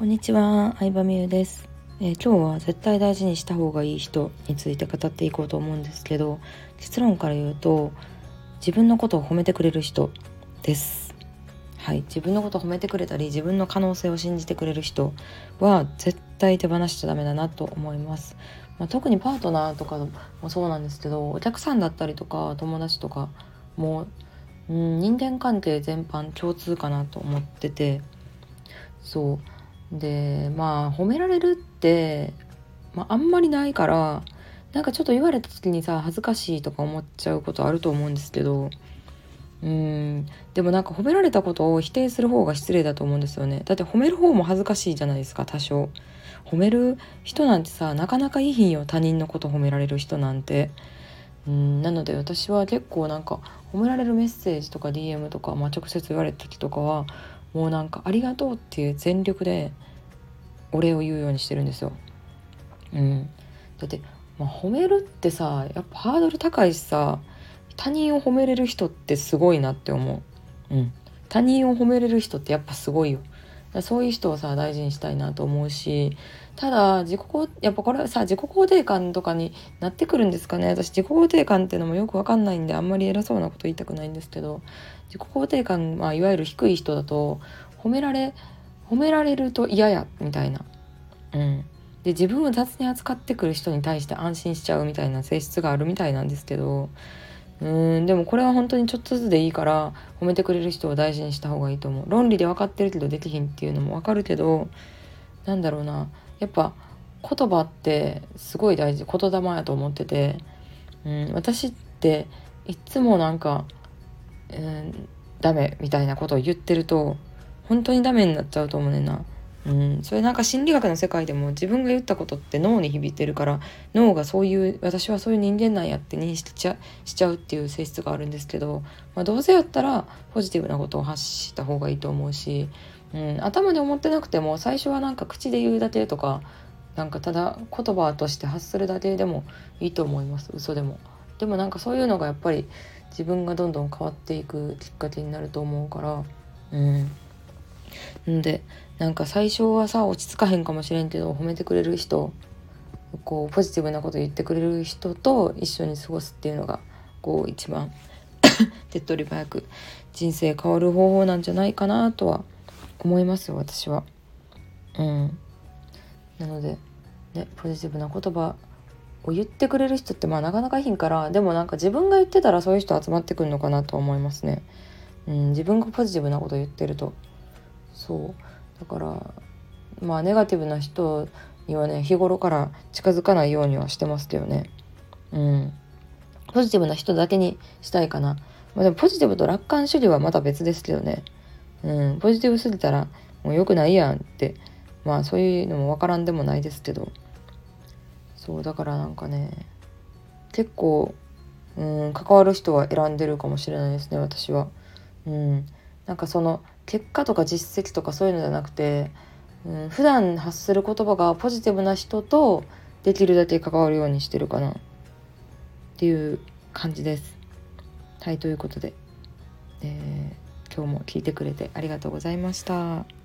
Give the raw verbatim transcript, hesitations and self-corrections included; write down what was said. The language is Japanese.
こんにちは、相葉美優です、えー、今日は絶対大事にした方がいい人について語っていこうと思うんですけど、結論から言うと自分のことを褒めてくれる人です。はい、自分のことを褒めてくれたり自分の可能性を信じてくれる人は絶対手放しちゃダメだなと思います。まあ、特にパートナーとかもそうなんですけど、お客さんだったりとか友達とかもうん、人間関係全般共通かなと思ってて、そうでまあ褒められるって、まあ、あんまりないから、なんかちょっと言われた時にさ恥ずかしいとか思っちゃうことあると思うんですけど、うーんでもなんか褒められたことを否定する方が失礼だと思うんですよね。だって褒める方も恥ずかしいじゃないですか。多少褒める人なんてさなかなかいいひんよ、他人のこと褒められる人なんて。うんなので私は結構なんか褒められるメッセージとか ディーエム とか、まあ、直接言われた時とかはもうなんかありがとうっていう全力でお礼を言うようにしてるんですよ。うん、だって、まあ、褒めるってさやっぱハードル高いしさ、他人を褒めれる人ってすごいなって思う。うん、他人を褒めれる人ってやっぱすごいよ。そういう人をさ大事にしたいなと思うし、ただ自己肯やっぱこれはさ自己肯定感とかになってくるんですかね。私自己肯定感っていうのもよくわかんないんであんまり偉そうなこと言いたくないんですけど、自己肯定感、まあ、いわゆる低い人だと褒められ褒められると嫌やみたいな、うん、で自分を雑に扱ってくる人に対して安心しちゃうみたいな性質があるみたいなんですけど、うーんでもこれは本当にちょっとずつでいいから褒めてくれる人を大事にした方がいいと思う。論理で分かってるけどできひんっていうのも分かるけど、なんだろうな、やっぱ言葉ってすごい大事、言霊やと思ってて、うん、私っていつもなんか、うん、ダメみたいなことを言ってると本当にダメになっちゃうと思うねんな。うん、それなんか心理学の世界でも自分が言ったことって脳に響いてるから、脳がそういう私はそういう人間なんやって認識しちゃ、しちゃうっていう性質があるんですけど、まあ、どうせやったらポジティブなことを発した方がいいと思うし、うん、頭で思ってなくても最初はなんか口で言うだけとか、なんかただ言葉として発するだけでもいいと思います。嘘でも。でもなんかそういうのがやっぱり自分がどんどん変わっていくきっかけになると思うから、うんんでなんか最初はさ落ち着かへんかもしれんけど、褒めてくれる人、こうポジティブなこと言ってくれる人と一緒に過ごすっていうのがこう一番手っ取り早く人生変わる方法なんじゃないかなとは思いますよ、私は。うんなのでね、ポジティブな言葉を言ってくれる人ってまあなかなかいいんから、でもなんか自分が言ってたらそういう人集まってくるのかなと思いますね。うん、自分がポジティブなこと言ってると、そうだからまあネガティブな人にはね日頃から近づかないようにはしてますけどね。うんポジティブな人だけにしたいかな。まあ、でもポジティブと楽観主義はまた別ですけどね。うんポジティブすぎたらもう良くないやんって、まあそういうのもわからんでもないですけど、そうだからなんかね結構うん関わる人は選んでるかもしれないですね、私は。うんなんかその結果とか実績とかそういうのじゃなくて、うん、普段発する言葉がポジティブな人とできるだけ関わるようにしてるかなっていう感じです。はいということで、えー今日も聞いてくれてありがとうございました。